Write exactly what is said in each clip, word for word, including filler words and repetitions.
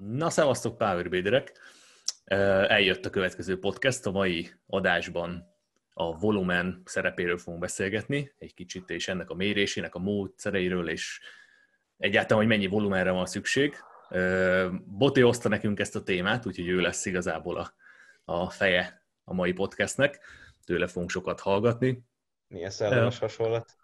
Na, szevasztok, Powerbaiderek! Eljött a következő podcast, a mai adásban a volumen szerepéről fogunk beszélgetni, egy kicsit és ennek a mérésének a módszereiről, és egyáltalán, hogy mennyi volumenre van szükség. Boti hozta nekünk ezt a témát, úgyhogy ő lesz igazából a, a feje a mai podcastnek, tőle fogunk sokat hallgatni. Milyen szellemes hasonlat.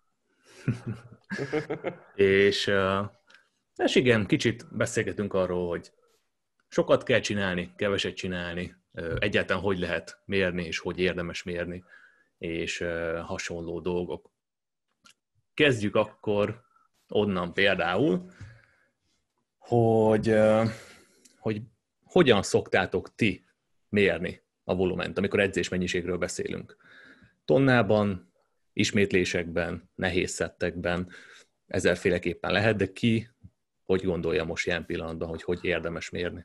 és, és igen, kicsit beszélgetünk arról, hogy sokat kell csinálni, keveset csinálni, egyáltalán hogy lehet mérni, és hogy érdemes mérni, és hasonló dolgok. Kezdjük akkor onnan például, hogy, hogy hogyan szoktátok ti mérni a volument, amikor edzésmennyiségről beszélünk. Tonnában, ismétlésekben, nehéz szettekben, ezerféleképpen lehet, de ki hogy gondolja most ilyen pillanatban, hogy hogy érdemes mérni?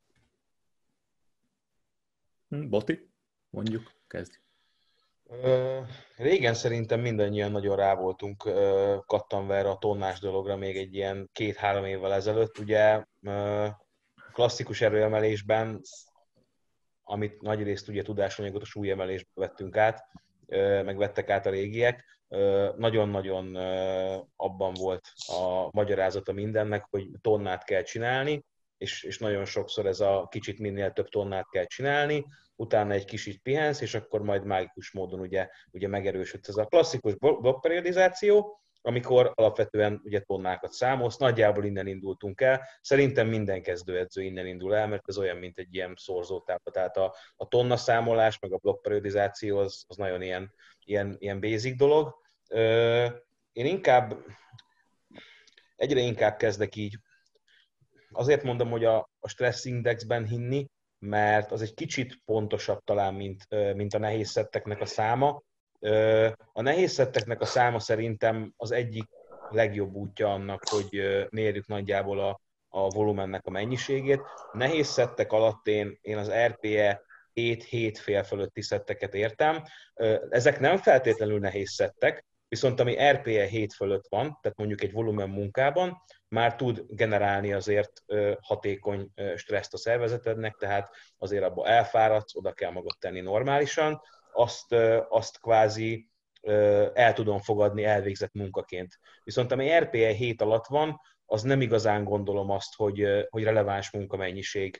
Boti, mondjuk, kezdj. Régen szerintem mindannyian nagyon rá voltunk kattanva erre a tonnás dologra még egy ilyen két-három évvel ezelőtt. Ugye klasszikus erőemelésben, amit nagyrészt ugye tudásanyagot a súlyemelésbe vettünk át, meg vettek át a régiek, nagyon-nagyon abban volt a magyarázata mindennek, hogy tonnát kell csinálni, és, és nagyon sokszor ez a kicsit minél több tonnát kell csinálni, utána egy kicsit pihensz, és akkor majd mágikus módon ugye, ugye megerősödsz. Ez a klasszikus blokkperiodizáció, amikor alapvetően ugye tonnákat számolsz, nagyjából innen indultunk el. Szerintem minden kezdőedző innen indul el, mert ez olyan, mint egy ilyen szorzótábla. Tehát a, a tonna számolás, meg a blokkperiodizáció az, az nagyon ilyen, ilyen, ilyen basic dolog. Én inkább, egyre inkább kezdek így, azért mondom, hogy a, a stressz indexben hinni, mert az egy kicsit pontosabb talán, mint, mint a nehéz szetteknek a száma. A nehéz szetteknek a száma szerintem az egyik legjobb útja annak, hogy mérjük nagyjából a, a volumennek a mennyiségét. A nehéz szettek alatt én, én az er pé e hét-hét fél fölötti szetteket értem. Ezek nem feltétlenül nehéz szettek, viszont ami er pé e hét fölött van, tehát mondjuk egy volumen munkában, már tud generálni azért hatékony stresszt a szervezetednek, tehát azért abba elfáradsz, oda kell magad tenni normálisan, azt, azt kvázi el tudom fogadni elvégzett munkaként. Viszont ami er pé e hét alatt van, az nem igazán gondolom azt, hogy, hogy releváns munkamennyiség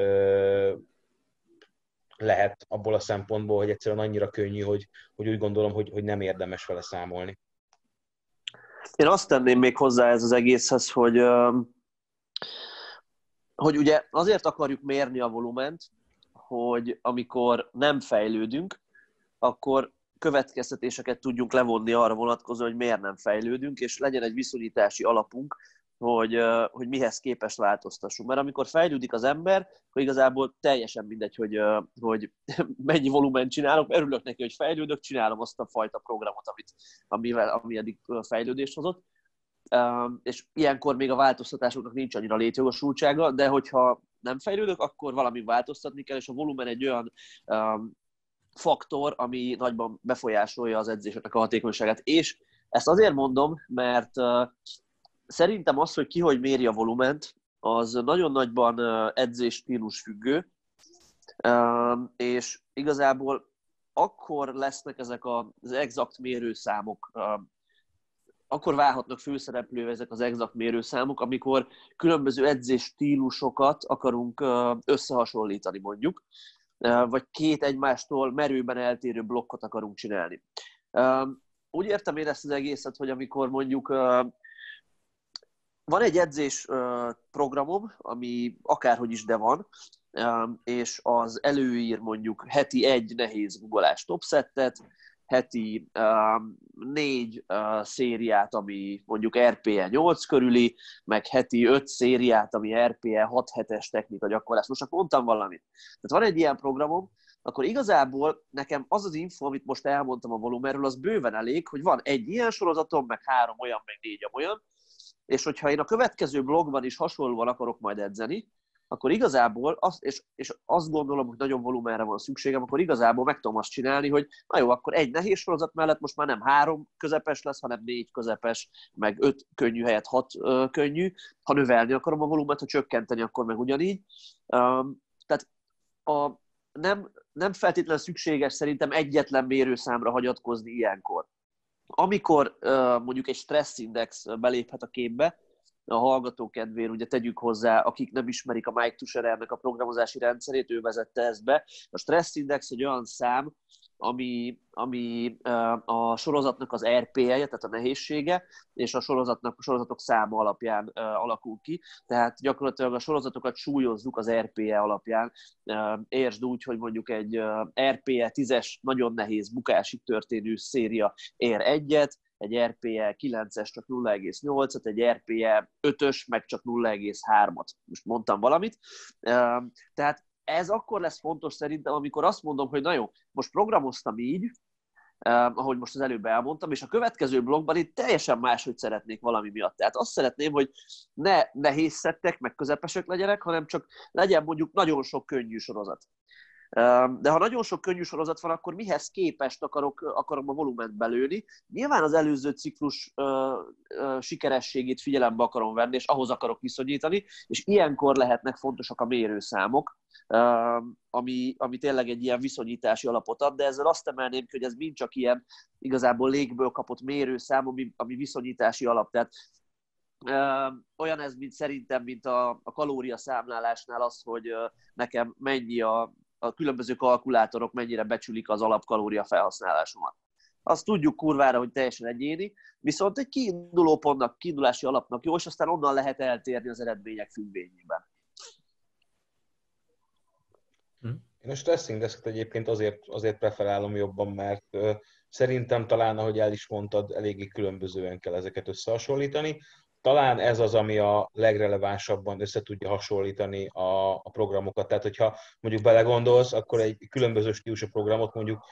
lehet abból a szempontból, hogy egyszerűen annyira könnyű, hogy, hogy úgy gondolom, hogy, hogy nem érdemes vele számolni. Én azt tenném még hozzá ez az egészhez, hogy, hogy ugye azért akarjuk mérni a volument, hogy amikor nem fejlődünk, akkor következtetéseket tudjunk levonni arra vonatkozóan, hogy miért nem fejlődünk, és legyen egy viszonyítási alapunk, hogy, hogy mihez képest változtassunk. Mert amikor fejlődik az ember, akkor igazából teljesen mindegy, hogy, hogy mennyi volumen csinálok, örülök neki, hogy fejlődök, csinálom azt a fajta programot, amit, amivel, ami eddig fejlődést hozott. És ilyenkor még a változtatásoknak nincs annyira létjogosultsága, de hogyha nem fejlődök, akkor valami változtatni kell, és a volumen egy olyan um, faktor, ami nagyban befolyásolja az edzéseknek a hatékonyságát. És ezt azért mondom, mert uh, szerintem az, hogy ki hogy méri a volument, az nagyon nagyban edzés stílus függő, és igazából akkor lesznek ezek az exakt mérőszámok, akkor válhatnak főszereplővé ezek az exakt mérőszámok, amikor különböző edzés stílusokat akarunk összehasonlítani mondjuk, vagy két egymástól merőben eltérő blokkot akarunk csinálni. Úgy értem én ezt az egészet, hogy amikor mondjuk van egy edzés programom, ami akárhogy is de van, és az előír mondjuk heti egy nehéz guggolás topszettet, heti négy szériát, ami mondjuk er pé e nyolc körüli, meg heti öt szériát, ami er pé e hat hetes technika gyakorlás. Most akkor mondtam valamit. Tehát van egy ilyen programom, akkor igazából nekem az az info, amit most elmondtam a volumenről, az bőven elég, hogy van egy ilyen sorozatom, meg három olyan, meg négy olyan, és hogyha én a következő blogban is hasonlóan akarok majd edzeni, akkor igazából, azt, és, és azt gondolom, hogy nagyobb volumenre van szükségem, akkor igazából meg tudom azt csinálni, hogy na jó, akkor egy nehéz sorozat mellett most már nem három közepes lesz, hanem négy közepes, meg öt könnyű helyett hat ö, könnyű. Ha növelni akarom a volumet, ha csökkenteni, akkor meg ugyanígy. Um, tehát a, nem, nem feltétlenül szükséges szerintem egyetlen mérőszámra hagyatkozni ilyenkor. Amikor uh, mondjuk egy stresszindex beléphet a képbe, a hallgató kedvéért ugye tegyük hozzá, akik nem ismerik a Mike Tuscherernek a programozási rendszerét, ő vezette ezt be. A stresszindex egy olyan szám, ami, ami a sorozatnak az er pé é-je, tehát a nehézsége, és a sorozatnak, a sorozatok száma alapján alakul ki. Tehát gyakorlatilag a sorozatokat súlyozzuk az er pé é alapján. Értsd úgy, hogy mondjuk egy er pé é tízes nagyon nehéz bukásig történő széria ér egyet, egy er pé é kilences csak nulla egész nyolcat, egy er pé é ötös meg csak nulla egész hármat. Most mondtam valamit. Tehát ez akkor lesz fontos szerintem, amikor azt mondom, hogy na jó, most programoztam így, ahogy most az előbb elmondtam, és a következő blogban itt teljesen máshogy szeretnék valami miatt. Tehát azt szeretném, hogy ne nehéz szettek, meg közepesek legyenek, hanem csak legyen mondjuk nagyon sok könnyű sorozat. De ha nagyon sok könnyű sorozat van, akkor mihez képest akarok, akarom a volument belőni? Nyilván az előző ciklus uh, uh, sikerességét figyelembe akarom venni, és ahhoz akarok viszonyítani, és ilyenkor lehetnek fontosak a mérőszámok, uh, ami, ami tényleg egy ilyen viszonyítási alapot ad, de ezzel azt emelném ki, hogy ez mind csak ilyen igazából légből kapott mérőszám, ami, ami viszonyítási alap. Tehát uh, olyan ez, mint szerintem, mint a, a kalóriaszámlálásnál az, hogy uh, nekem mennyi a a különböző kalkulátorok mennyire becsülik az alapkalória felhasználásomat. Azt tudjuk kurvára, hogy teljesen egyéni, viszont egy kiinduló pontnak, kiindulási alapnak jó, és aztán onnan lehet eltérni az eredmények függvényében. Én a stressindexet egyébként azért, azért preferálom jobban, mert uh, szerintem talán, ahogy el is mondtad, eléggé különbözően kell ezeket összehasonlítani. Talán ez az, ami a legrelevánsabban össze tudja hasonlítani a, a programokat. Tehát, hogyha mondjuk belegondolsz, akkor egy különböző stílusú programot mondjuk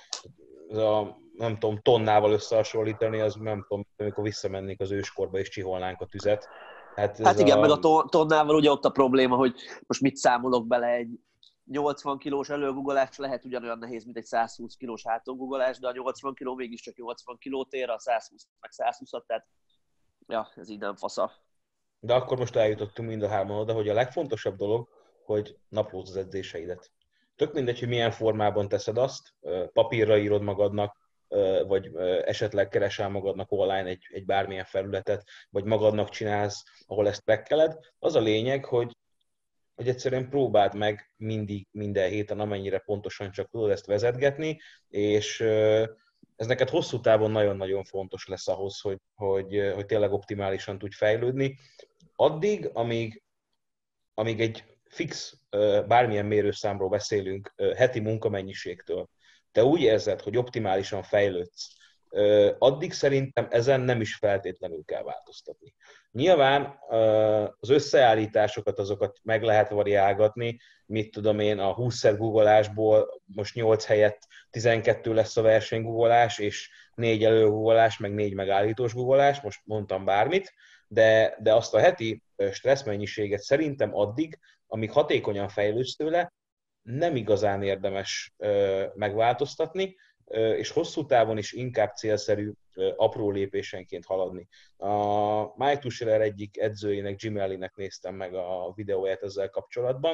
a, nem tudom, tonnával összehasonlítani, az nem tudom, amikor visszamennénk az őskorba és csiholnánk a tüzet. Hát, hát igen, a... meg a tonnával ugye ott a probléma, hogy most mit számolok bele, egy nyolcvan kilós előgugolás lehet ugyanolyan nehéz, mint egy száz húsz kilós hátulgugolás, de a nyolcvan kiló mégiscsak nyolcvan kilót ér, a száz húsz meg száz húszat, tehát ja, ez így nem fasza. De akkor most eljutottunk mind a hárman oda, hogy a legfontosabb dolog, hogy naplózz az edzéseidet. Tök mindegy, hogy milyen formában teszed azt, papírra írod magadnak, vagy esetleg keresel magadnak online egy, egy bármilyen felületet, vagy magadnak csinálsz, ahol ezt trekkeled. Az a lényeg, hogy, hogy egyszerűen próbáld meg mindig, minden héten, amennyire pontosan csak tudod ezt vezetgetni, és ez neked hosszú távon nagyon-nagyon fontos lesz ahhoz, hogy, hogy, hogy tényleg optimálisan tudj fejlődni. Addig, amíg, amíg egy fix, bármilyen mérőszámról beszélünk, heti munkamennyiségtől, te úgy érzed, hogy optimálisan fejlődsz, addig szerintem ezen nem is feltétlenül kell változtatni. Nyilván az összeállításokat, azokat meg lehet variálgatni, mit tudom én, a húsz googolásból most nyolc helyett tizenkettő lesz a versenygugolás, és négy előgugolás, meg négy megállítós gugolás, most mondtam bármit, de, de azt a heti stresszmennyiséget szerintem addig, amíg hatékonyan fejlődsz tőle, nem igazán érdemes megváltoztatni, és hosszú távon is inkább célszerű apró lépésenként haladni. A Mike Tuscherer egyik edzőjének, Jim Ellinek néztem meg a videóját ezzel kapcsolatban,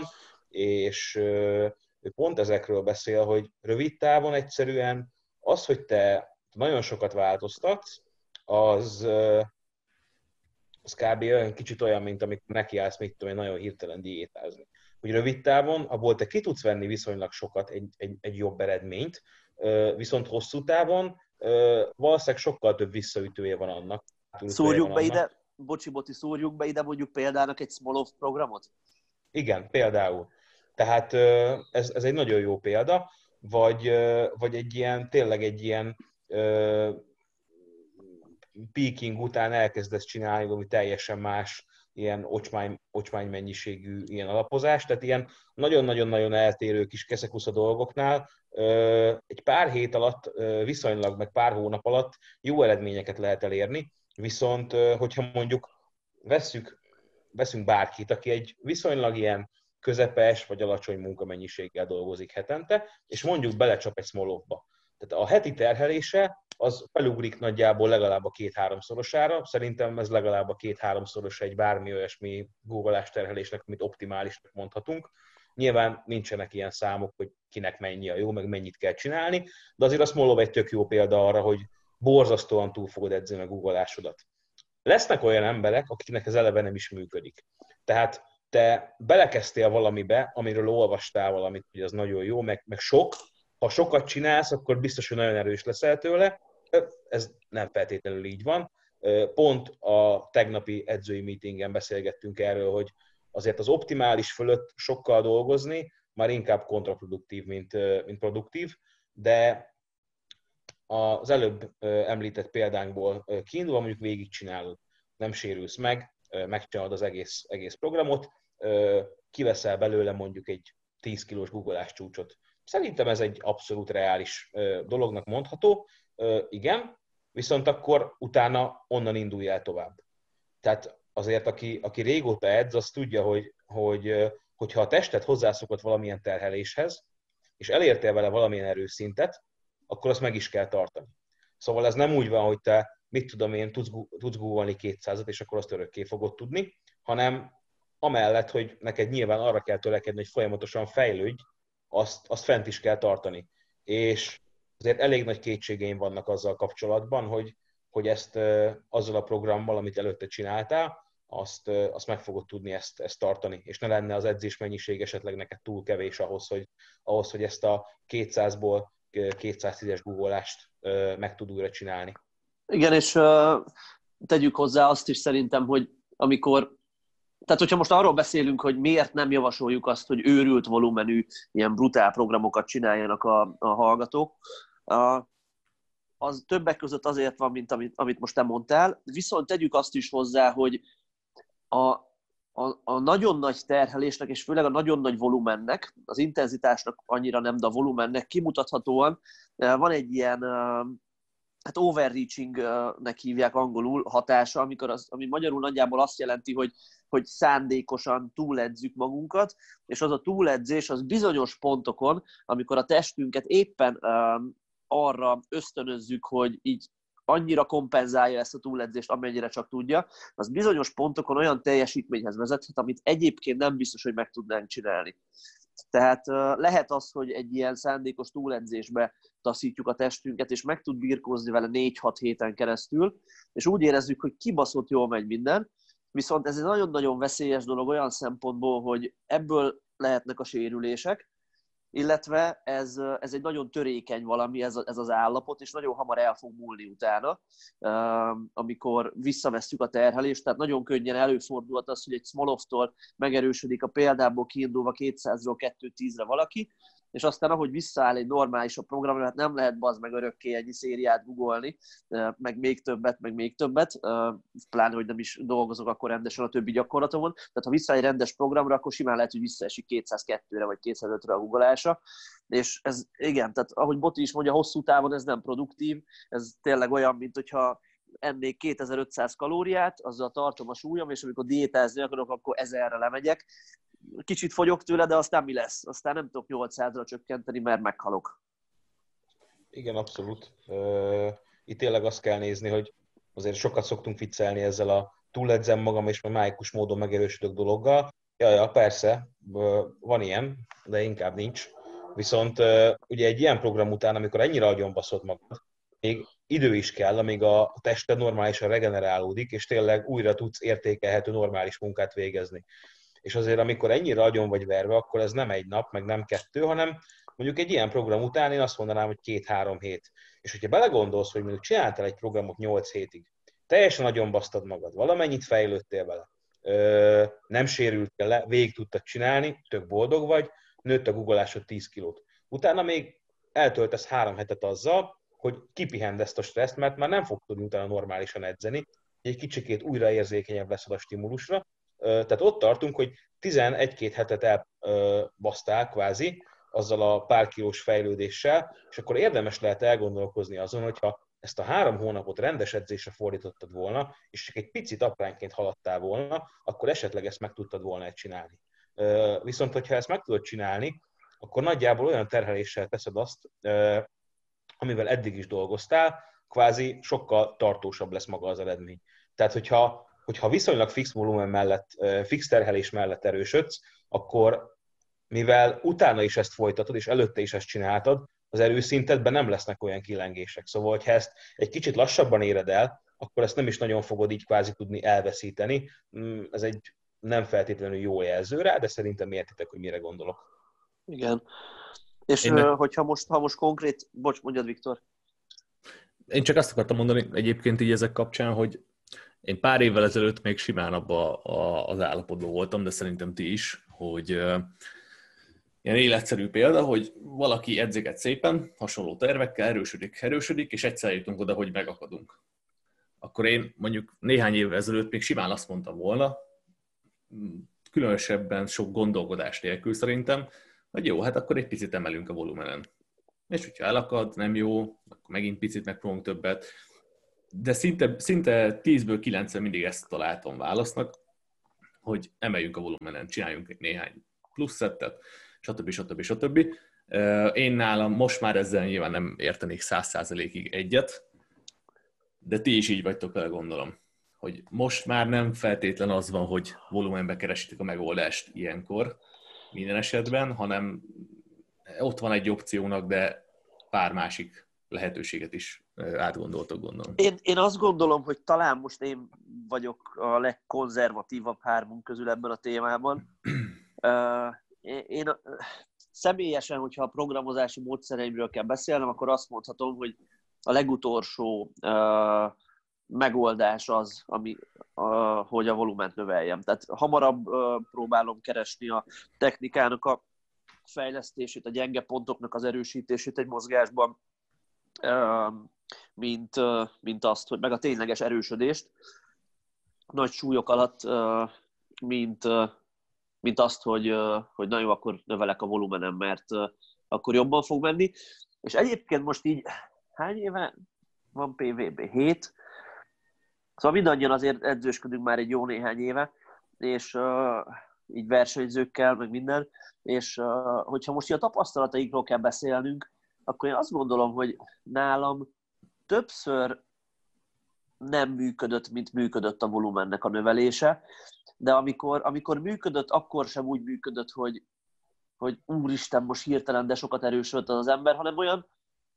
és ő pont ezekről beszél, hogy rövid távon egyszerűen az, hogy te nagyon sokat változtatsz, az, az kb. Olyan kicsit olyan, mint amikor nekiállsz, mit tudom én, nagyon hirtelen diétázni. Hogy rövid távon, abból te ki tudsz venni viszonylag sokat, egy, egy, egy jobb eredményt, viszont hosszú távon valószínűleg sokkal több visszaütője van annak. Szúrjuk be ide, bocsi, bocsi, szúrjuk be ide mondjuk példának egy Smolov programot? Igen, például. Tehát ez, ez egy nagyon jó példa, vagy, vagy egy ilyen, tényleg egy ilyen uh, peaking után elkezdesz csinálni valami teljesen más, ilyen ocsmány, ocsmány mennyiségű ilyen alapozás, tehát ilyen nagyon-nagyon-nagyon eltérő kis keszekusza dolgoknál egy pár hét alatt, viszonylag meg pár hónap alatt jó eredményeket lehet elérni, viszont hogyha mondjuk vesszük, veszünk bárkit, aki egy viszonylag ilyen közepes vagy alacsony munkamennyiséggel dolgozik hetente, és mondjuk belecsap egy small off-ba. Tehát a heti terhelése az felugrik nagyjából legalább a két-háromszorosára. Szerintem ez legalább a két-háromszoros egy bármi olyasmi googolás terhelésnek, amit optimálisnak mondhatunk. Nyilván nincsenek ilyen számok, hogy kinek mennyi a jó, meg mennyit kell csinálni, de azért a small off egy tök jó példa arra, hogy borzasztóan túl fogod edzeni a googolásodat. Lesznek olyan emberek, akiknek ez eleve nem is működik. Tehát te belekezdtél valamibe, amiről olvastál valamit, hogy az nagyon jó, meg, meg sok. Ha sokat csinálsz, akkor biztos, hogy nagyon erős leszel tőle. Ez nem feltétlenül így van. Pont a tegnapi edzői meetingen beszélgettünk erről, hogy azért az optimális fölött sokkal dolgozni már inkább kontraproduktív, mint, mint produktív, de az előbb említett példánkból kiindulva mondjuk végigcsinálod, nem sérülsz meg, megcsinálod az egész, egész programot, kiveszel belőle mondjuk egy tíz kilós googolás csúcsot. Szerintem ez egy abszolút reális dolognak mondható, igen, viszont akkor utána onnan indulj el tovább. Tehát azért, aki, aki régóta edz, az tudja, hogy, hogy, hogyha a tested hozzászokott valamilyen terheléshez, és elértél vele valamilyen erőszintet, akkor azt meg is kell tartani. Szóval ez nem úgy van, hogy te, mit tudom én, tudsz, tudsz googolni kétszázat, és akkor azt örökké fogod tudni, hanem amellett, hogy neked nyilván arra kell törekedni, hogy folyamatosan fejlődj, azt, azt fent is kell tartani. És azért elég nagy kétségeim vannak azzal kapcsolatban, hogy, hogy ezt azzal a programmal, amit előtte csináltál, azt, azt meg fogod tudni ezt, ezt tartani, és ne lenne az edzés mennyiség esetleg neked túl kevés ahhoz, hogy, ahhoz, hogy ezt a kétszázból kétszáztízes googolást meg tud újra csinálni. Igen, és uh, tegyük hozzá azt is szerintem, hogy amikor, tehát hogyha most arról beszélünk, hogy miért nem javasoljuk azt, hogy őrült volumenű, ilyen brutál programokat csináljanak a, a hallgatók, uh, az többek között azért van, mint amit, amit most te mondtál, viszont tegyük azt is hozzá, hogy a, a, a nagyon nagy terhelésnek, és főleg a nagyon nagy volumennek, az intenzitásnak annyira nem, de a volumennek kimutathatóan van egy ilyen, hát overreachingnek hívják angolul hatása, amikor az, ami magyarul nagyjából azt jelenti, hogy, hogy szándékosan túledzük magunkat, és az a túledzés az bizonyos pontokon, amikor a testünket éppen um, arra ösztönözzük, hogy így annyira kompenzálja ezt a túledzést, amennyire csak tudja, az bizonyos pontokon olyan teljesítményhez vezethet, amit egyébként nem biztos, hogy meg tudnánk csinálni. Tehát lehet az, hogy egy ilyen szándékos túledzésbe taszítjuk a testünket, és meg tud birkózni vele négy-hat héten keresztül, és úgy érezzük, hogy kibaszott jól megy minden, viszont ez egy nagyon-nagyon veszélyes dolog olyan szempontból, hogy ebből lehetnek a sérülések, illetve ez, ez egy nagyon törékeny valami, ez, ez az állapot, és nagyon hamar el fog múlni utána, amikor visszavesszük a terhelést. Tehát nagyon könnyen előfordulhat az, hogy egy small off-tól megerősödik a példából kiindulva kétszázról kétszáztízre valaki, és aztán ahogy visszaáll egy normálisabb programra, hát nem lehet bazd meg örökké ennyi szériát googolni, meg még többet, meg még többet, pláne, hogy nem is dolgozok akkor rendesen a többi gyakorlatomon. Tehát ha visszaáll egy rendes programra, akkor simán lehet, hogy visszaesik kétszázkettőre vagy kétszázötre a googolása. És ez igen, tehát ahogy Boti is mondja, hosszú távon ez nem produktív, ez tényleg olyan, mint hogyha ennék kétezer-ötszáz kalóriát, azzal tartom a súlyom, és amikor diétázni akarok, akkor ezerre lemegyek. Kicsit fogyok tőle, de aztán mi lesz? Aztán nem tudok nyolcszázra csökkenteni, mert meghalok. Igen, abszolút. Itt tényleg azt kell nézni, hogy azért sokat szoktunk viccelni ezzel a túledzem magam, és majd mágikus módon megerősödök dologgal. Ja, ja, persze, van ilyen, de inkább nincs. Viszont ugye egy ilyen program után, amikor ennyire agyonbaszod magad, még idő is kell, amíg a tested normálisan regenerálódik, és tényleg újra tudsz értékelhető normális munkát végezni. És azért, amikor ennyire agyon vagy verve, akkor ez nem egy nap, meg nem kettő, hanem mondjuk egy ilyen program után én azt mondanám, hogy két-három hét. És hogyha belegondolsz, hogy mondjuk csináltál egy programot nyolc hétig, teljesen agyonbasztad magad, valamennyit fejlődtél vele, nem sérültél le, végig tudtad csinálni, tök boldog vagy, nőtt a googolásod tíz kilót. Utána még eltöltesz három hetet azzal, hogy kipihend ezt a stresszt, mert már nem fog tudni utána normálisan edzeni, egy kicsikét újra érzékenyebb lesz a stimulusra. Tehát ott tartunk, hogy tizenegy-két hetet elbasztál kvázi azzal a pár kilós fejlődéssel, és akkor érdemes lehet elgondolkozni azon, hogyha ezt a három hónapot rendes edzésre fordítottad volna, és csak egy picit apránként haladtál volna, akkor esetleg ezt meg tudtad volna csinálni. Viszont, hogyha ezt meg tudod csinálni, akkor nagyjából olyan terheléssel teszed azt, amivel eddig is dolgoztál, kvázi sokkal tartósabb lesz maga az eredmény. Tehát, hogyha, hogyha viszonylag fix volumen mellett, fix terhelés mellett erősödsz, akkor mivel utána is ezt folytatod, és előtte is ezt csináltad, az erőszintedben nem lesznek olyan kilengések. Szóval, hogyha ezt egy kicsit lassabban éred el, akkor ezt nem is nagyon fogod így kvázi tudni elveszíteni. Ez egy nem feltétlenül jó jelző rá, de szerintem értitek, hogy mire gondolok. Igen. És Én ne... hogyha most, ha most konkrét... Bocs, mondjad, Viktor. Én csak azt akartam mondani egyébként így ezek kapcsán, hogy én pár évvel ezelőtt még simán abban az állapotban voltam, de szerintem ti is, hogy ilyen életszerű példa, hogy valaki edzeget szépen, hasonló tervekkel, erősödik, erősödik, és egyszer jutunk oda, hogy megakadunk. Akkor én mondjuk néhány évvel ezelőtt még simán azt mondtam volna, különösebben sok gondolkodás nélkül szerintem, hogy jó, hát akkor egy picit emelünk a volumenen. És hogyha elakad, nem jó, akkor megint picit megpróbálunk többet. De szinte, szinte tízből kilencen mindig ezt találtam válasznak, hogy emeljünk a volumenen, csináljunk egy néhány plusz szettet, stb. stb. stb. Én nálam most már ezzel nyilván nem értenék száz százalékig egyet, de ti is így vagytok vele, gondolom, hogy most már nem feltétlen az van, hogy volumenbe keresitek a megoldást ilyenkor minden esetben, hanem ott van egy opciónak, de pár másik lehetőséget is átgondoltok, gondolom. Én, én azt gondolom, hogy talán most én vagyok a legkonzervatívabb hármunk közül ebben a témában. Én személyesen, hogyha a programozási módszereimről kell beszélnem, akkor azt mondhatom, hogy a legutolsó megoldás az, ami, hogy a volument növeljem. Tehát hamarabb próbálom keresni a technikának a fejlesztését, a gyenge pontoknak az erősítését egy mozgásban, mint, mint azt, hogy meg a tényleges erősödést nagy súlyok alatt, mint, mint azt, hogy, hogy na jó, akkor növelek a volumenem, mert akkor jobban fog menni. És egyébként most így hány éve van pé vé bé? hét. Szóval mindannyian azért edzősködünk már egy jó néhány éve, és uh, így versenyzőkkel, meg minden, és uh, hogyha most a tapasztalatainkról kell beszélnünk, akkor én azt gondolom, hogy nálam többször nem működött, mint működött a volumennek a növelése, de amikor, amikor működött, akkor sem úgy működött, hogy, hogy úristen, most hirtelen de sokat erősödött az ember, hanem olyan,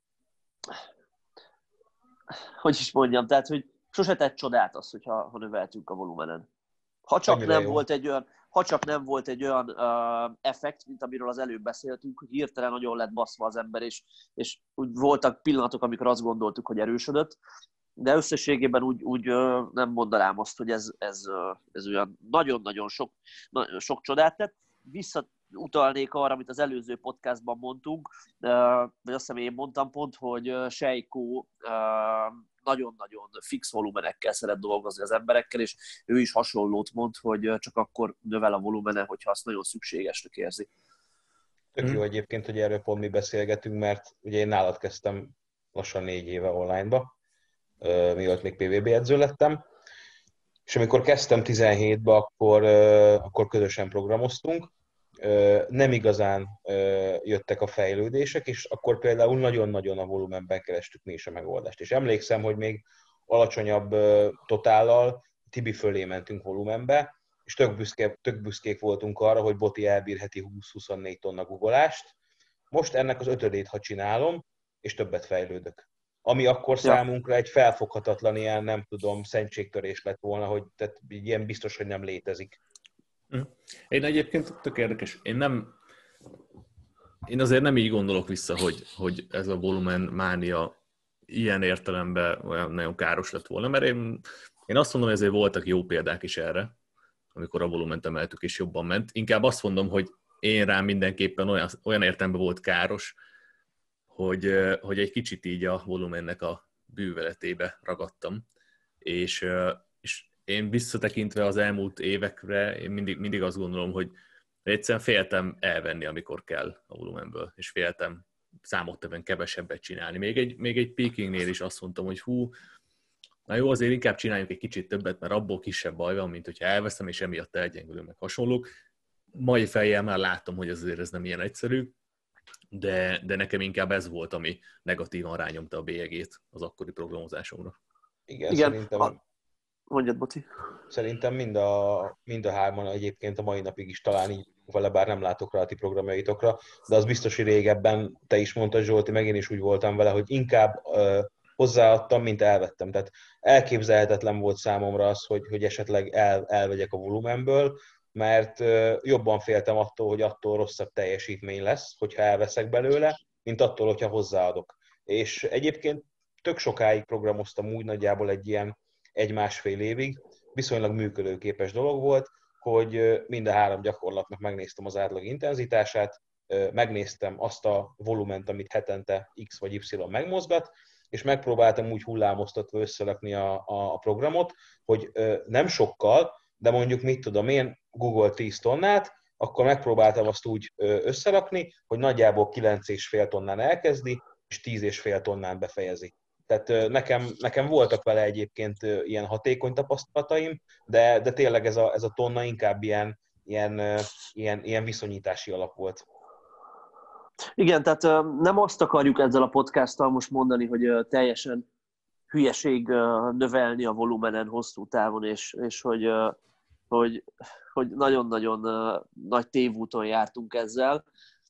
hogy is mondjam, tehát, hogy sose tett csodát az, hogyha ha növeltünk a volumenen. Ha csak, nem volt, egy olyan, ha csak nem volt egy olyan uh, effekt, mint amiről az előbb beszéltünk, hogy hirtelen nagyon lett baszva az ember, és, és úgy voltak pillanatok, amikor azt gondoltuk, hogy erősödött, de összességében úgy, úgy uh, nem mondanám azt, hogy ez, ez, uh, ez olyan nagyon-nagyon sok, na, sok csodát tett. Visszautalnék arra, amit az előző podcastban mondtunk, uh, vagy azt hiszem én mondtam pont, hogy uh, Sejkó uh, nagyon-nagyon fix volumenekkel szeret dolgozni az emberekkel, és ő is hasonlót mond, hogy csak akkor növel a volumene, hogyha azt nagyon szükségesnek érzi. Tök jó egyébként, hogy erről pont mi beszélgetünk, mert ugye én nálad kezdtem lassan négy éve online-ba, miatt még pé vé bé edző lettem, és amikor kezdtem tizenhétben, akkor, akkor közösen programoztunk, nem igazán jöttek a fejlődések, és akkor például nagyon-nagyon a volumenben kerestük mi is a megoldást. És emlékszem, hogy még alacsonyabb totállal Tibi fölé mentünk volumenbe, és tök, büszke, tök büszkék voltunk arra, hogy Boti elbírheti húsz-huszonnégy tonna guggolást. Most ennek az ötödét, ha csinálom, és többet fejlődök. Ami akkor ja. számunkra egy felfoghatatlan ilyen, nem tudom, szentségtörés lett volna, hogy tehát ilyen biztos, hogy nem létezik. Én egyébként tök érdekes, én nem, én azért nem így gondolok vissza, hogy, hogy ez a volumen mánia ilyen értelemben olyan nagyon káros lett volna, mert én, én azt mondom, hogy ezért voltak jó példák is erre, amikor a volument emeltük és jobban ment. Inkább azt mondom, hogy én rám mindenképpen olyan, olyan értelemben volt káros, hogy, hogy egy kicsit így a volumennek a bűveletébe ragadtam, és, és én visszatekintve az elmúlt évekre, én mindig, mindig azt gondolom, hogy egyszerűen féltem elvenni, amikor kell a volumenből, és féltem számottevően kevesebbet csinálni. Még egy, még egy peakingnél is azt mondtam, hogy hú, na jó, azért inkább csináljuk egy kicsit többet, mert abból kisebb baj van, mint hogyha elveszem, és emiatt elgyengülünk, meg hasonlók. mai fejjel már látom, hogy azért ez nem ilyen egyszerű, de, de nekem inkább ez volt, ami negatívan rányomta a bélyegét az akkori programozásomra. Igen, Igen, szerintem, a... mondjad, Boci. szerintem mind a, mind a hárman egyébként a mai napig is talán így vele, bár nem látok rá a ti programjaitokra, de az biztos, hogy régebben te is mondtad, Zsolti, meg én is úgy voltam vele, hogy inkább uh, hozzáadtam, mint elvettem. Tehát elképzelhetetlen volt számomra az, hogy, hogy esetleg el, elvegyek a volumenből, mert uh, jobban féltem attól, hogy attól rosszabb teljesítmény lesz, hogyha elveszek belőle, mint attól, hogyha hozzáadok. És egyébként tök sokáig programoztam úgy, nagyjából egy ilyen egy-másfél évig, viszonylag működőképes dolog volt, hogy mind a három gyakorlatnak megnéztem az átlag intenzitását, megnéztem azt a volument, amit hetente X vagy Y megmozgat, és megpróbáltam úgy hullámoztatva összelakni a, a, a programot, hogy nem sokkal, de mondjuk mit tudom én, Google tíz tonnát, akkor megpróbáltam azt úgy összerakni, hogy nagyjából kilenc és fél tonnán elkezdi, és tíz és fél tonnán befejezi. Tehát nekem, nekem voltak vele egyébként ilyen hatékony tapasztalataim, de, de tényleg ez a, ez a tonna inkább ilyen, ilyen, ilyen, ilyen viszonyítási alap volt. Igen, tehát nem azt akarjuk ezzel a podcasttal most mondani, hogy teljesen hülyeség növelni a volumenen hosszú távon, és, és hogy, hogy, hogy nagyon-nagyon nagy tévúton jártunk ezzel.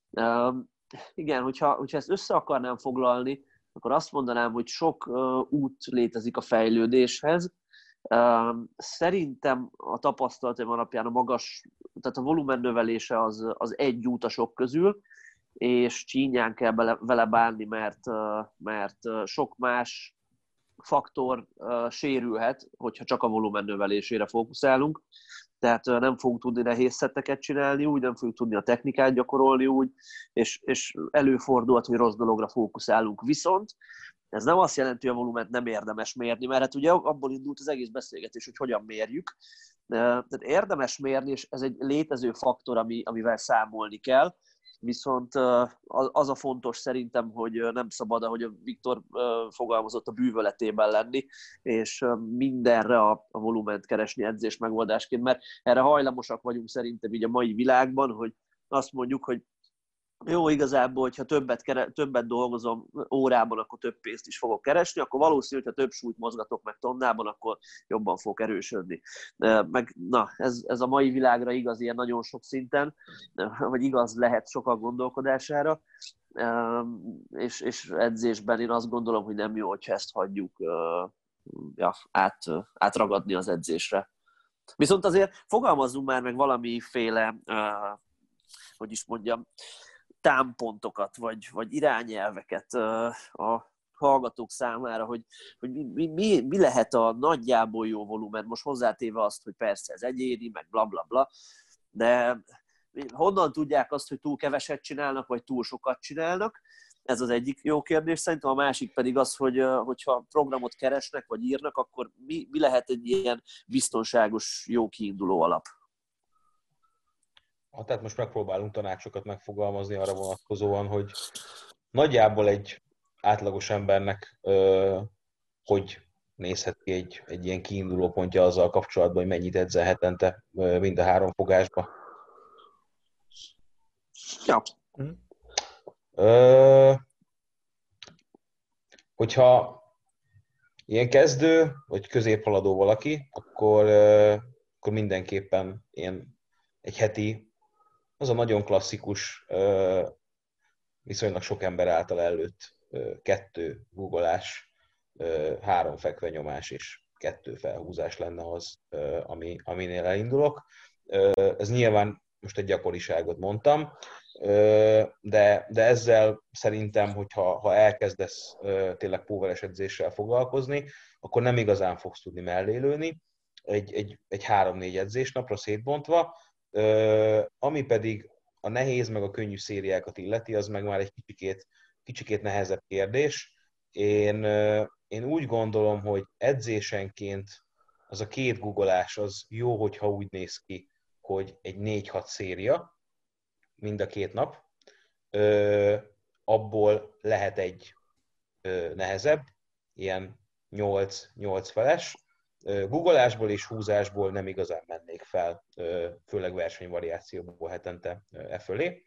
Igen, hogyha, hogyha ezt össze akarnám foglalni, akkor azt mondanám, hogy sok uh, út létezik a fejlődéshez. Uh, szerintem a tapasztalatom alapján a magas, tehát a volumen növelése az, az egy út a sok közül, és csínyán kell bele, vele bánni, mert, uh, mert uh, sok más faktor uh, sérülhet, hogyha csak a volumen növelésére fókuszálunk. Tehát uh, nem fogunk tudni nehéz szetteket csinálni úgy, nem fogjuk tudni a technikát gyakorolni úgy, és, és előfordulhat, hogy rossz dologra fókuszálunk. Viszont ez nem azt jelenti, hogy a volument nem érdemes mérni, mert hát ugye abból indult az egész beszélgetés, hogy hogyan mérjük. Tehát érdemes mérni, és ez egy létező faktor, ami, amivel számolni kell. Viszont az a fontos szerintem, hogy nem szabad, ahogy a Viktor fogalmazott, a bűvöletében lenni, és mindenre a, a volument keresni edzés megoldásként, mert erre hajlamosak vagyunk szerintem így a mai világban, hogy azt mondjuk, hogy jó, igazából, hogyha többet, kere, többet dolgozom órában, akkor több pénzt is fogok keresni, akkor valószínű, hogyha több súlyt mozgatok meg tonnában, akkor jobban fog erősödni. Meg, na, ez, ez a mai világra igaz ilyen nagyon sok szinten, vagy igaz lehet sokak gondolkodására, és, és edzésben én azt gondolom, hogy nem jó, hogyha ezt hagyjuk ja, át, átragadni az edzésre. Viszont azért fogalmazzunk már meg valamiféle, hogy is mondjam, támpontokat, vagy, vagy irányelveket a hallgatók számára, hogy, hogy mi, mi, mi lehet a nagyjából jó volumen. Most hozzátéve azt, hogy persze ez egyéni, meg bla bla bla, de honnan tudják azt, hogy túl keveset csinálnak, vagy túl sokat csinálnak? Ez az egyik jó kérdés szerintem, a másik pedig az, hogy hogyha programot keresnek, vagy írnak, akkor mi, mi lehet egy ilyen biztonságos, jó kiinduló alap? Ha, tehát most megpróbálunk tanácsokat megfogalmazni arra vonatkozóan, hogy nagyjából egy átlagos embernek ö, hogy nézhet ki egy, egy ilyen kiinduló pontja azzal kapcsolatban, hogy mennyit edzel hetente ö, mind a három fogásba. Ja. Ö, hogyha ilyen kezdő, vagy középhaladó valaki, akkor, ö, akkor mindenképpen ilyen egy heti, az a nagyon klasszikus, viszonylag sok ember által előtt kettő googolás, három fekvenyomás és kettő felhúzás lenne az, ami, aminél elindulok. Ez nyilván most egy gyakoriságot mondtam, de, de ezzel szerintem, hogyha ha elkezdesz tényleg póveres edzéssel foglalkozni, akkor nem igazán fogsz tudni mellélőni, egy, egy, egy három-négy edzésnapra szétbontva, Uh, ami pedig a nehéz meg a könnyű szériákat illeti, az meg már egy kicsikét, kicsikét nehezebb kérdés. Én, uh, én úgy gondolom, hogy edzésenként az a két googolás az jó, hogyha úgy néz ki, hogy egy négy-hat széria mind a két nap. Uh, abból lehet egy uh, nehezebb, ilyen nyolc-nyolc feles, Googolásból és húzásból nem igazán mennék fel, főleg versenyvariációból hetente e fölé.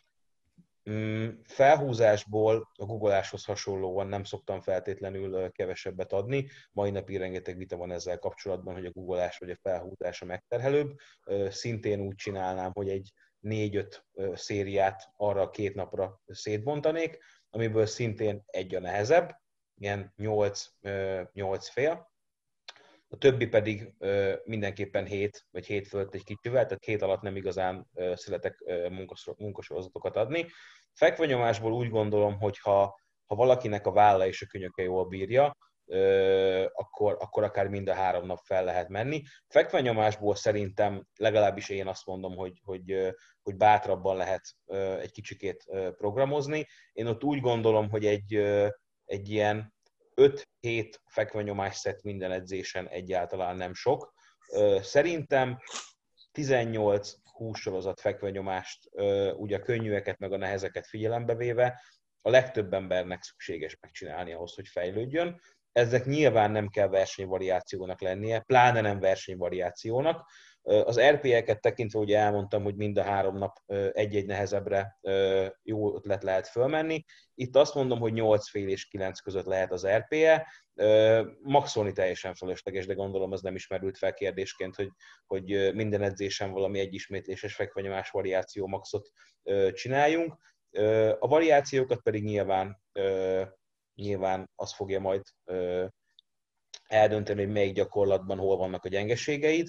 Felhúzásból a googoláshoz hasonlóan nem szoktam feltétlenül kevesebbet adni. Mai napig rengeteg vita van ezzel kapcsolatban, hogy a googolás vagy a felhúzás a megterhelőbb. Szintén úgy csinálnám, hogy egy négy-öt szériát arra a két napra szétbontanék, amiből szintén egy a nehezebb, ilyen nyolc fél. A többi pedig mindenképpen hét vagy hét fölött egy kicsivel, tehát hét alatt nem igazán születek munkasorozatokat adni. Fekvenyomásból úgy gondolom, hogy ha, ha valakinek a válla és a könyöke jól bírja, akkor, akkor akár mind a három nap fel lehet menni. Fekvenyomásból szerintem legalábbis én azt mondom, hogy, hogy, hogy bátrabban lehet egy kicsikét programozni. Én ott úgy gondolom, hogy egy, egy ilyen öt-hét fekvenyomás szett minden edzésen egyáltalán nem sok. Szerintem tizennyolc-húsz sorozat fekvenyomást, ugye a könnyűeket meg a nehezeket figyelembe véve, a legtöbb embernek szükséges megcsinálni ahhoz, hogy fejlődjön. Ezek nyilván nem kell versenyvariációnak lennie, pláne nem versenyvariációnak. Az er pé é-eket tekintve ugye elmondtam, hogy mind a három nap egy-egy nehezebbre jó ötlet lehet fölmenni. Itt azt mondom, hogy nyolc fél és kilenc között lehet az er pé é. Maxolni teljesen fölösleges, de gondolom az nem is merült fel kérdésként, hogy, hogy minden edzésen valami egyismétléses fekvenyomás variáció maxot csináljunk. A variációkat pedig nyilván, nyilván az fogja majd eldönteni, hogy melyik gyakorlatban hol vannak a gyengeségeid.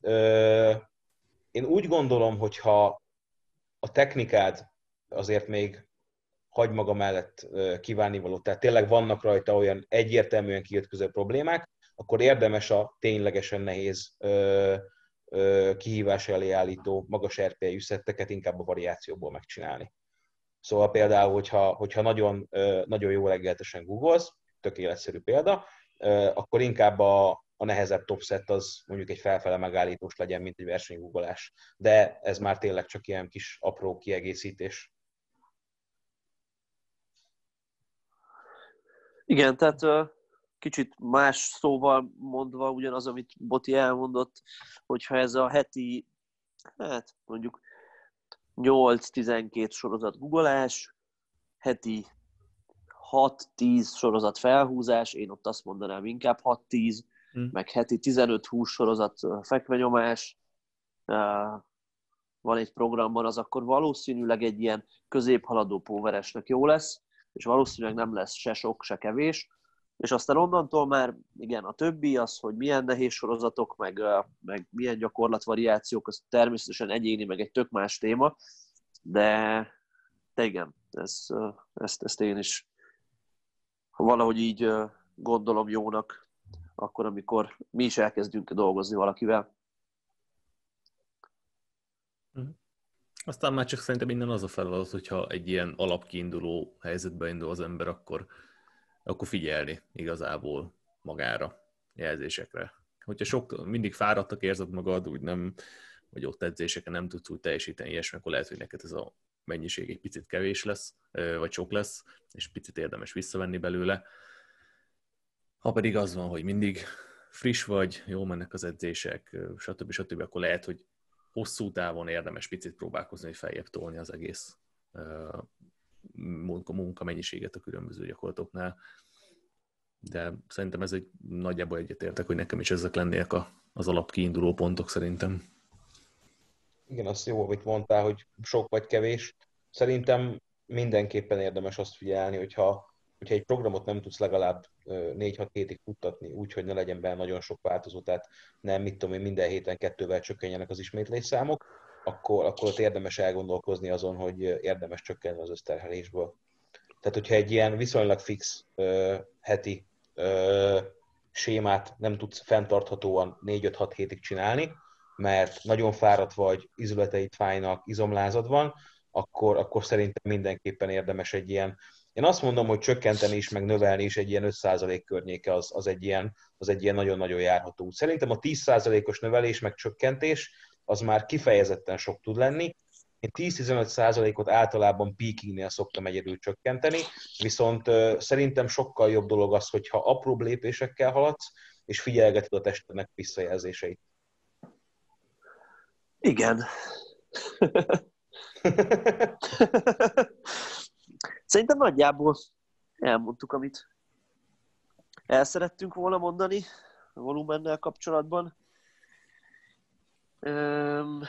Én úgy gondolom, hogy ha a technikád azért még hagy maga mellett kívánnivaló, tehát tényleg vannak rajta olyan egyértelműen kiütköző problémák, akkor érdemes a ténylegesen nehéz kihívás elé állító magas er pé é szetteket inkább a variációból megcsinálni. Szóval például, hogyha, hogyha nagyon, nagyon jó reggeltesen googolsz, tök életszerű példa, akkor inkább a, a nehezebb topset az mondjuk egy felfele megállítós legyen, mint egy versenygoogolás. De ez már tényleg csak ilyen kis apró kiegészítés. Igen, tehát kicsit más szóval mondva ugyanaz, amit Boti elmondott, hogyha ez a heti, hát mondjuk nyolc-tizenkét sorozat googolás, heti hat-tíz sorozat felhúzás, én ott azt mondanám inkább hat-tíz, hmm. meg heti tizenöt-húsz sorozat fekvenyomás van egy programban, az akkor valószínűleg egy ilyen középhaladó póveresnek jó lesz, és valószínűleg nem lesz se sok, se kevés, és aztán onnantól már igen, a többi az, hogy milyen nehéz sorozatok, meg, meg milyen gyakorlatvariációk, az természetesen egyéni, meg egy tök más téma, de, de igen, ez, ezt, ezt én is valahogy így gondolom jónak, akkor, amikor mi is elkezdünk dolgozni valakivel. Aztán már csak szerintem minden az a feladat, hogyha egy ilyen alapkiinduló helyzetbe indul az ember, akkor, akkor figyelni igazából magára, jelzésekre. Hogyha sok, mindig fáradtak érzed magad, úgy nem, vagy ott edzéseken nem tudsz úgy teljesíteni ilyesmi, akkor lehet, hogy neked ez a mennyiség egy picit kevés lesz, vagy sok lesz, és picit érdemes visszavenni belőle. Ha pedig az van, hogy mindig friss vagy, jól mennek az edzések, stb. stb., akkor lehet, hogy hosszú távon érdemes picit próbálkozni, hogy feljebb tolni az egész munka, munka mennyiséget a különböző gyakorlatoknál. De szerintem ez egy nagyjából egyetértek, hogy nekem is ezek lennének a, az alapkiinduló pontok szerintem. Igen, azt jó, amit mondtál, hogy sok vagy kevés. Szerintem mindenképpen érdemes azt figyelni, hogyha, hogyha egy programot nem tudsz legalább négy-hat hétig futtatni, úgy, hogy ne legyen benne nagyon sok változó, tehát nem, mit tudom én, minden héten kettővel csökkenjenek az ismétlésszámok, akkor, akkor ott érdemes elgondolkozni azon, hogy érdemes csökkenni az összterhelésből. Tehát, hogyha egy ilyen viszonylag fix uh, heti uh, sémát nem tudsz fenntarthatóan négy-öt-hat hétig csinálni, mert nagyon fáradt vagy, izületeid fájnak, izomlázad van, akkor, akkor szerintem mindenképpen érdemes egy ilyen, én azt mondom, hogy csökkenteni is, meg növelni is egy ilyen öt százalék környéke, az, az, egy ilyen, az egy ilyen nagyon-nagyon járható út. Szerintem a tíz százalékos növelés, meg csökkentés, az már kifejezetten sok tud lenni. Én tíz-tizenöt százalékot általában peakingnél szoktam egyedül csökkenteni, viszont uh, szerintem sokkal jobb dolog az, hogyha apróbb lépésekkel haladsz, és figyelgeted a testednek visszajelzéseit. Igen. Szerintem nagyjából elmondtuk, amit el szerettünk volna mondani a volumennel kapcsolatban. Üm...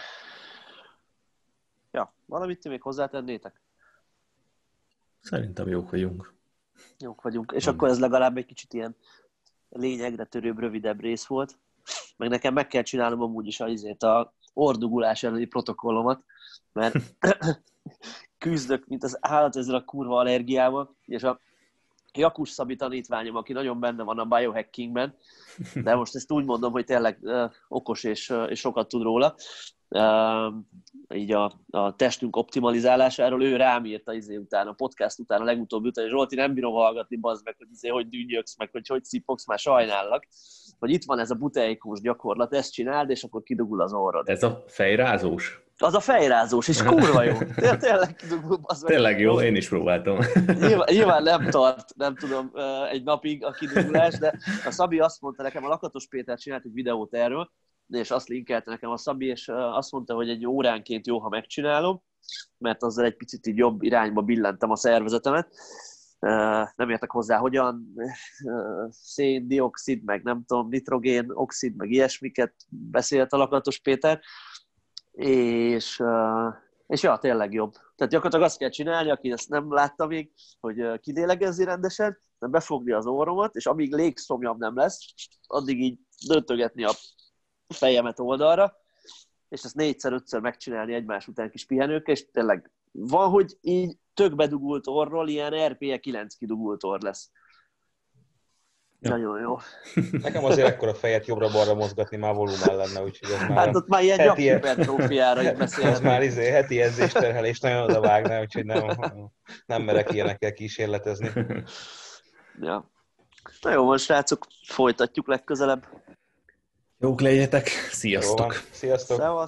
Ja, valamit ti még hozzátennétek? Szerintem jók vagyunk. Jók vagyunk. És Hmm. akkor ez legalább egy kicsit ilyen lényegre törőbb, rövidebb rész volt. Meg nekem meg kell csinálnom amúgy is azért a ordugulás elleni protokollomat, mert küzdök, mint az állat ezzel a kurva allergiával, és a Jakus Szabi tanítványom, aki nagyon benne van a biohackingben, de most ezt úgy mondom, hogy tényleg uh, okos és, uh, és sokat tud róla, uh, így a, a testünk optimalizálásáról, ő rám írta izé után, a podcast után, a legutóbbi után, és Zsolti, nem bírom hallgatni, bazd meg, hogy izé, hogy dünnyögsz, meg hogy hogy szipogsz, már sajnállak, hogy itt van ez a buteikós gyakorlat, ezt csináld, és akkor kidugul az orrod. Ez a fejrázós? Az a fejrázós, és kurva jó. Tényleg kidugul, bazd meg. Tényleg jó, én is próbáltam. Nyilván, nyilván nem tart, nem tudom, egy napig a kidugulás, de a Szabi azt mondta nekem, a Lakatos Péter csinált egy videót erről, és azt linkelte nekem a Szabi, és azt mondta, hogy egy óránként jó, ha megcsinálom, mert azzal egy picit így jobb irányba billentem a szervezetemet. Nem értek hozzá, hogyan szén-dioxid, meg nem tudom, nitrogén, oxid, meg ilyesmiket beszélt a Lakatos Péter, és, és ja, tényleg jobb. Tehát gyakorlatilag azt kell csinálni, aki ezt nem látta még, hogy kilélegezni rendesen, de befogni az orromat, és amíg légszomjam nem lesz, addig így döntögetni a fejemet oldalra, és ezt négyszer-ötször megcsinálni egymás után kis pihenőkkel, és tényleg van, hogy így tök bedugult orról ilyen er pé e kilenc kidugult orr lesz. Ja. Nagyon jó. Nekem azért ekkora fejet jobbra-balra mozgatni már volumen lenne, úgyhogy ez már... Hát ott már ilyen gyakhipertrófiára így beszélhetünk. Ez már izé, heti edzésterhelés nagyon odavágná, úgyhogy nem, nem merek ilyenekkel kísérletezni. Ja. Na jó van, srácok, folytatjuk legközelebb. Jók legyetek, sziasztok! Jó van. Sziasztok! Szevasz.